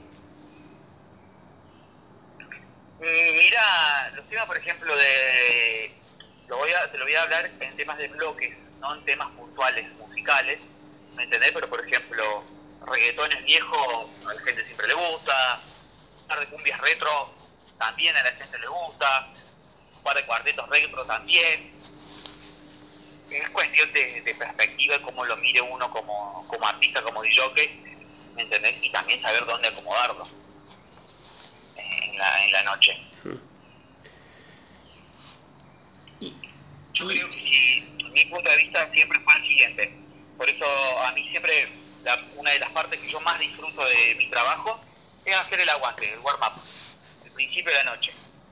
Mira, los temas, por ejemplo, te lo voy a hablar en temas de bloques, no en temas puntuales musicales, ¿me entendés? Pero, por ejemplo, reggaetones viejos a la gente siempre le gusta, un par de cumbias retro también a la gente le gusta, un par de cuartetos retro también. Es cuestión de perspectiva y cómo lo mire uno como artista, como DJ, ¿me entendés? Y también saber dónde acomodarlo en la noche. Yo creo que mi punto de vista siempre fue el siguiente. Por eso a mí siempre una de las partes que yo más disfruto de mi trabajo es hacer el aguante, el warm-up, el principio de la noche.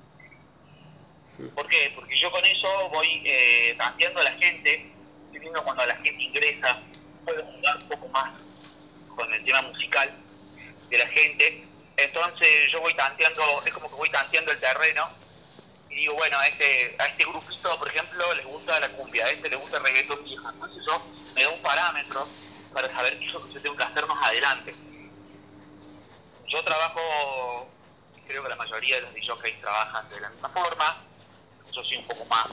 ¿Por qué? Porque yo con eso voy tanteando a la gente, estoy viendo cuando la gente ingresa, puedo jugar un poco más con el tema musical de la gente. Entonces yo voy tanteando, es como que voy tanteando el terreno y digo, bueno, a este grupito, por ejemplo, les gusta la cumbia, a este le gusta el reggaetón viejo. Entonces yo me da un parámetro para saber qué es lo que yo tengo que hacer más adelante. Yo trabajo, creo que la mayoría de los DJs trabajan de la misma forma. Yo soy un poco más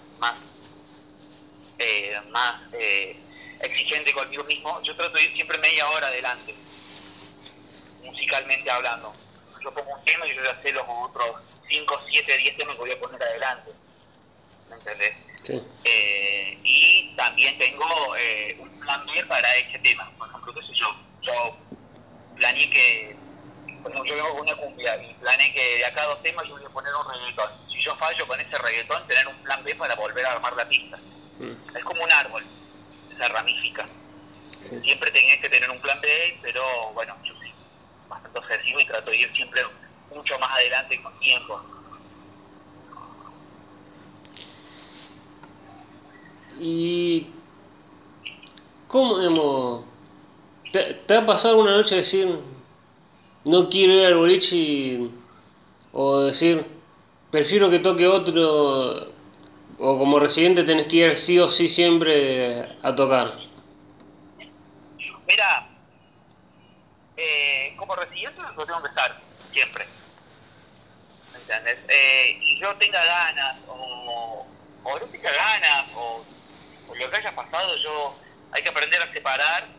exigente conmigo mismo. Yo trato de ir siempre media hora adelante, musicalmente hablando. Yo pongo un tema y yo ya sé los otros 5, 7, 10 temas que voy a poner adelante. ¿Me entendés? Sí. Y también tengo un plan B para ese tema. Por ejemplo, qué sé yo planeé que, por ejemplo, yo hago una cumbia y planeé que de acá a 2 temas yo voy a poner un reggaetón. Si yo fallo con ese reggaetón, tener un plan B para volver a armar la pista. Es como un árbol, se ramifica. Sí. Siempre tenés que tener un plan B, pero bueno, yo soy bastante ofensivo y trato de ir siempre mucho más adelante con tiempo. ¿Y cómo, digamos, te ha pasado una noche decir, no quiero ir al boliche o decir, prefiero que toque otro, o como residente tenés que ir sí o sí siempre a tocar? Mira, como residente yo tengo que estar siempre, ¿me entiendes? Y yo tenga ganas o no tenga ganas o lo que haya pasado, hay que aprender a separar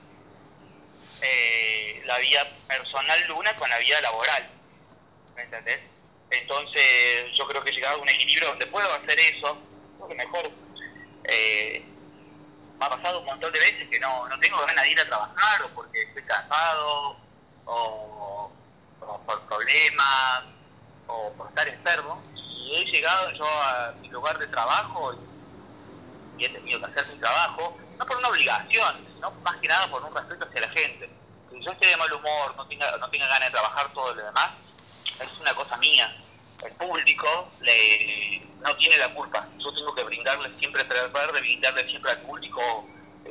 la vida personal de una con la vida laboral, ¿me entendés? Entonces yo creo que he llegado a un equilibrio donde puedo hacer eso. Creo que mejor me ha pasado un montón de veces que no tengo ganas de ir a trabajar o porque estoy cansado o por problemas o por estar enfermo, y he llegado yo a mi lugar de trabajo y he tenido que hacer mi trabajo, no por una obligación, sino más que nada por un respeto hacia la gente. Si yo esté de mal humor, no tenga ganas de trabajar todo lo demás, es una cosa mía. El público no tiene la culpa. Yo tengo que tratar de brindarle siempre al público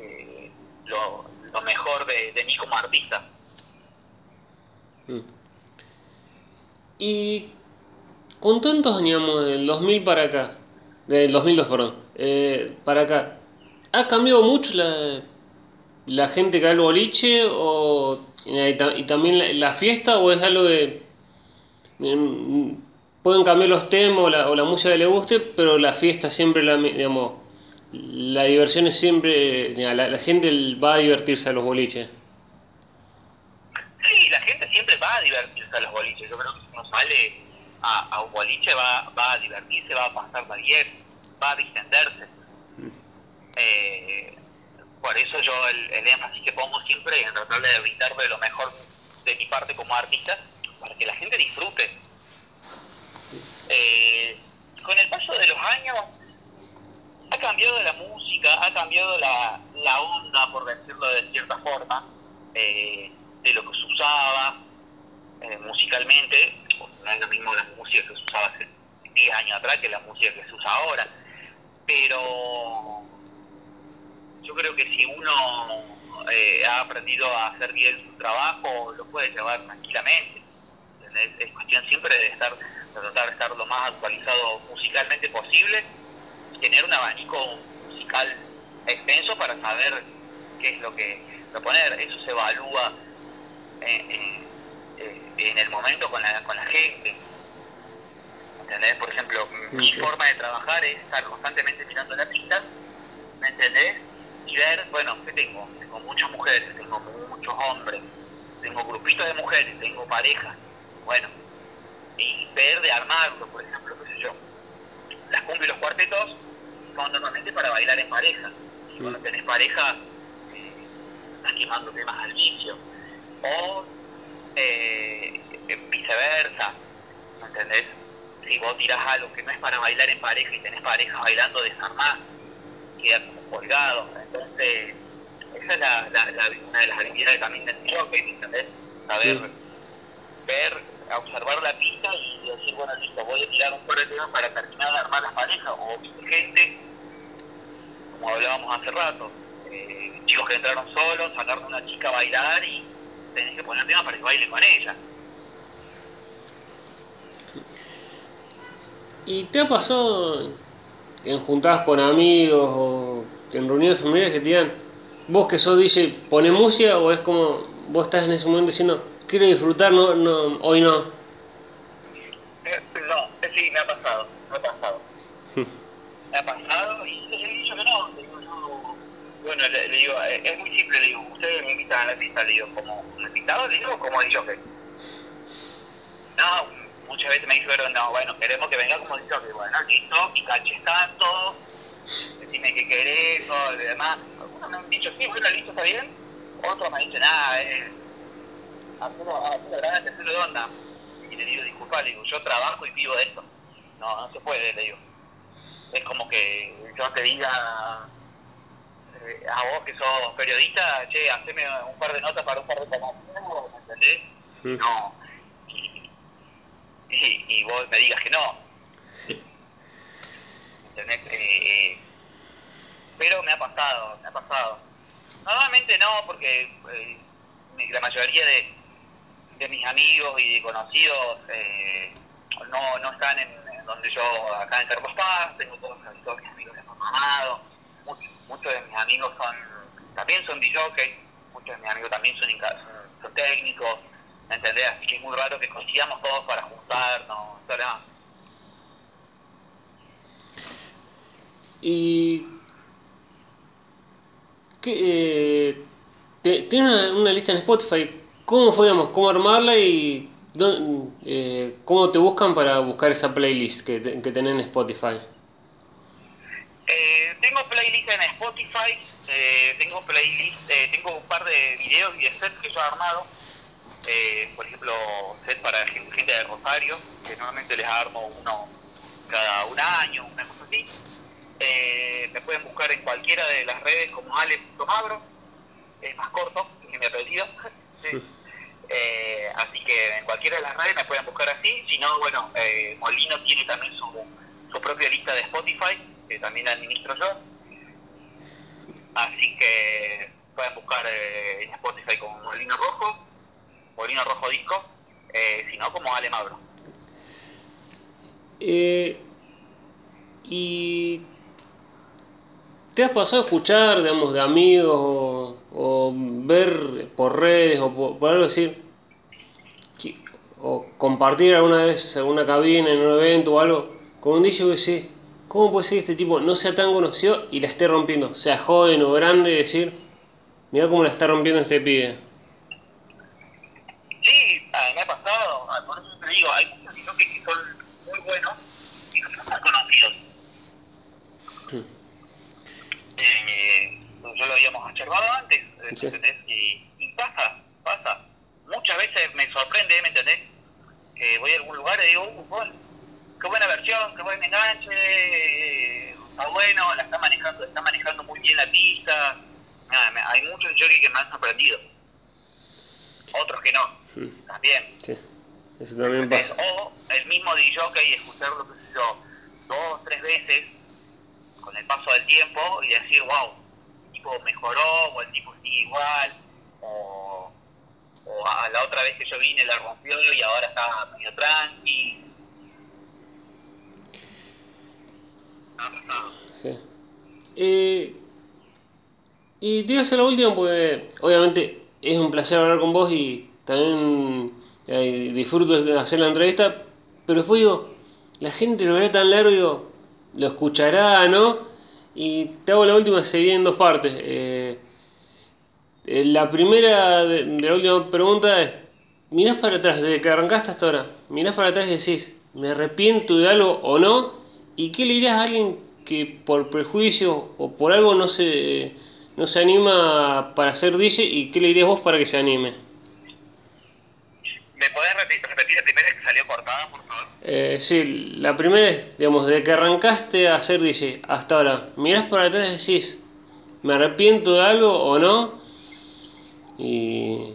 lo mejor de mí como artista. Y con tantos años, del 2000 para acá, del 2002, perdón, para acá, ¿ha cambiado mucho la gente que va al boliche y también la fiesta, o es algo de pueden cambiar los temas o la música que le guste, pero la fiesta siempre, digamos, la diversión es siempre, la gente va a divertirse a los boliches? Sí, la gente siempre va a divertirse a los boliches. Yo creo que si uno sale a un boliche va a divertirse, va a pasarla bien, va a distenderse. Por eso yo el énfasis que pongo siempre en tratar de brindarle lo mejor de mi parte como artista para que la gente disfrute. Con el paso de los años ha cambiado la música, ha cambiado la onda, por decirlo de cierta forma, de lo que se usaba musicalmente. No es lo mismo la música que se usaba hace 10 años atrás que la música que se usa ahora, pero yo creo que si uno ha aprendido a hacer bien su trabajo, lo puede llevar tranquilamente. Es cuestión siempre de tratar de estar lo más actualizado musicalmente posible, tener un abanico musical extenso para saber qué es lo que proponer. Eso se evalúa en el momento con la gente. ¿Entendés? Por ejemplo, mi forma de trabajar es estar constantemente mirando la pista, ¿me entendés? Y ver, bueno, ¿qué tengo? Tengo muchas mujeres, tengo muchos hombres, tengo grupitos de mujeres, tengo parejas, bueno, y ver de armarlo, por ejemplo, qué sé yo. las cumbias y los cuartetos son normalmente para bailar en pareja. Y cuando tenés pareja, estás quemando temas al vicio. O viceversa, ¿me entendés? Si vos tirás algo que no es para bailar en pareja y tenés parejas bailando, desarmás, queda como colgado. Entonces, esa es una de las habilidades también del jockey, ¿me entendés? Saber ver, observar la pista y decir, bueno, listo, voy a tirar un par de temas para terminar de armar las parejas. O gente, como hablábamos hace rato, chicos que entraron solos, sacaron a una chica a bailar y tenés que poner temas para que bailen con ella. ¿Y te ha pasado en juntadas con amigos o en reuniones familiares que te digan, vos que sos DJ, ¿ponés música o es como vos estás en ese momento diciendo, quiero disfrutar, no, hoy no? No, sí, me ha pasado. Me ha pasado y le he dicho que no. Le digo, yo, bueno, le digo, es muy simple, le digo, ustedes me invitan a la pista, le digo, como invitado, le digo, como DJ. No, muchas veces me dijeron, no, bueno, queremos que venga como DJ. Bueno, listo, mi caché es tanto, decime qué querés, todo lo demás. Algunos me han dicho, sí, bueno, listo, está bien. Otros me han dicho, nada, hacerlo grande, hacerlo de onda. Y le digo, disculpa, le digo, yo trabajo y vivo de esto. No se puede, le digo. Es como que yo te diga a vos que sos periodista, che, haceme un par de notas para un par de comentarios, ¿me entendés? No. Y vos me digas que no. ¿Entendés? Pero me ha pasado. Normalmente no, porque la mayoría de mis amigos y de conocidos no están en donde yo, acá en Carlos Paz, tengo todos mis amigos que son mamados, muchos de mis amigos también son DJs, muchos de mis amigos también son técnicos, ¿me entendés? Así que es muy raro que coincidamos todos para juntarnos, todo lo demás. Y tiene una lista en Spotify. ¿Cómo fue, digamos, cómo armarla y cómo te buscan para buscar esa playlist que tenés en Spotify? Tengo playlist en Spotify, tengo un par de videos y de sets que yo he armado. Por ejemplo, set para gente de Rosario, que normalmente les armo uno cada un año, una cosa así. Me pueden buscar en cualquiera de las redes como ale.magro, es más corto que mi apellido. Sí. Así que en cualquiera de las redes me pueden buscar así. Si no, bueno, Molino tiene también su propia lista de Spotify, que también la administro yo. Así que pueden buscar en Spotify como Molino Rojo Disco, si no como Ale Magro. ¿Y te has pasado a escuchar, digamos, de amigos o ver por redes o por algo decir, o compartir alguna vez alguna cabina en un evento o algo con un DJ y decir, ¿cómo puede ser que este tipo no sea tan conocido y la esté rompiendo? Sea joven o grande, decir, mirá cómo la está rompiendo este pibe. Sí, me ha pasado, por eso te digo, hay muchos DJs que son muy buenos y no son tan conocidos. Ya lo habíamos observado antes, Sí. ¿entendés? Y pasa. Muchas veces me sorprende, ¿me entendés? Que voy a algún lugar y digo, bueno, qué buena versión, qué buen enganche, está bueno, está manejando muy bien la pista. Hay muchos jockeys que me han sorprendido, otros que no, también. Sí, eso también pasa. O el mismo DJ escucharlo, qué sé yo, 2, 3 veces con el paso del tiempo y decir, wow, el tipo mejoró, o el tipo sigue igual, o a la otra vez que yo vine la rompió y ahora está medio tranqui. Ha pasado. Sí. Y te iba a hacer la última porque obviamente es un placer hablar con vos y también disfruto de hacer la entrevista, pero después digo, la gente lo verá tan largo, digo, lo escuchará, ¿no? Y te hago la última, se divide en dos partes. La primera de la última pregunta es, mirás para atrás, desde que arrancaste hasta ahora, mirás para atrás y decís, ¿me arrepiento de algo o no? ¿Y qué le dirías a alguien que por prejuicio o por algo no se anima para ser DJ? ¿Y qué le dirías vos para que se anime? ¿Me podés repetir la primera que salió cortada, por favor? Sí, la primera es, digamos, de que arrancaste a ser DJ hasta ahora, mirás para atrás y decís, ¿me arrepiento de algo o no? Y...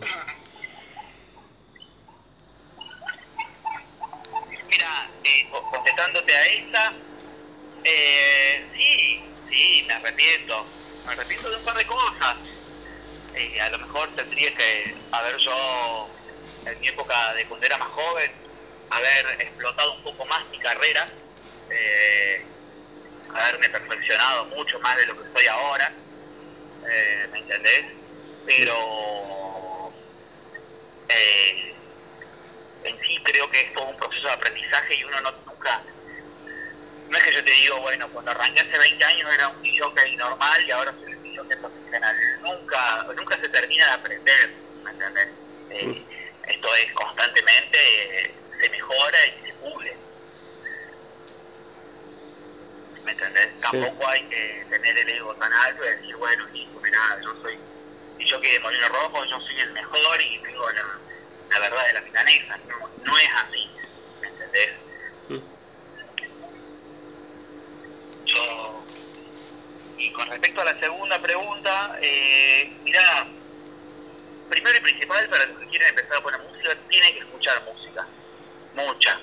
Mira, contestándote a esa, sí, me arrepiento. Me arrepiento de un par de cosas. A lo mejor tendría que haber yo, en mi época de cuando era más joven, haber explotado un poco más mi carrera, eh, haberme perfeccionado mucho más de lo que estoy ahora, ¿me entendés? Pero eh, en sí creo que es todo un proceso de aprendizaje y uno nunca, no es que yo te digo, bueno, cuando arranqué hace 20 años era un DJ normal y ahora soy un DJ profesional. Nunca se termina de aprender, ¿me entendés? Esto es constantemente, se mejora y se pule, ¿me entendés? Sí. Tampoco hay que tener el ego tan alto y decir, bueno, listo, mirá, yo soy DJ de Molino Rojo, yo soy el mejor y tengo la verdad de la milanesa. No es así, ¿me entendés? Y con respecto a la segunda pregunta, mirá, primero y principal, para los que quieren empezar a poner música, tienen que escuchar música, mucha,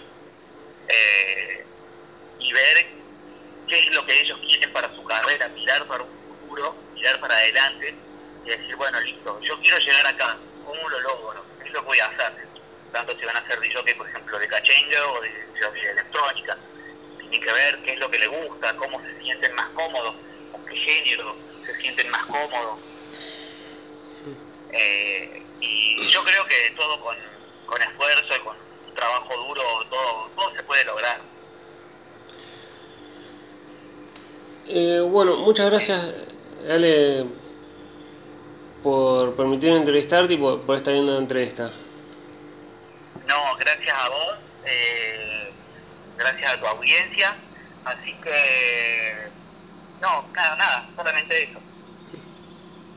y ver qué es lo que ellos quieren para su carrera, mirar para un futuro, mirar para adelante, y decir, bueno, listo, yo quiero llegar acá, ¿cómo lo logro? ¿Qué es lo que voy a hacer? Tanto si van a ser DJ, por ejemplo, de cachengue o de electrónica. Tienen que ver qué es lo que les gusta, cómo se sienten más cómodos, con qué género se sienten más cómodos. Y yo creo que todo con esfuerzo y con un trabajo duro, todo se puede lograr. Bueno, muchas gracias, Ale, por permitirme entrevistarte y por esta linda entrevista. No, gracias a vos, gracias a tu audiencia, así que no, nada, solamente eso.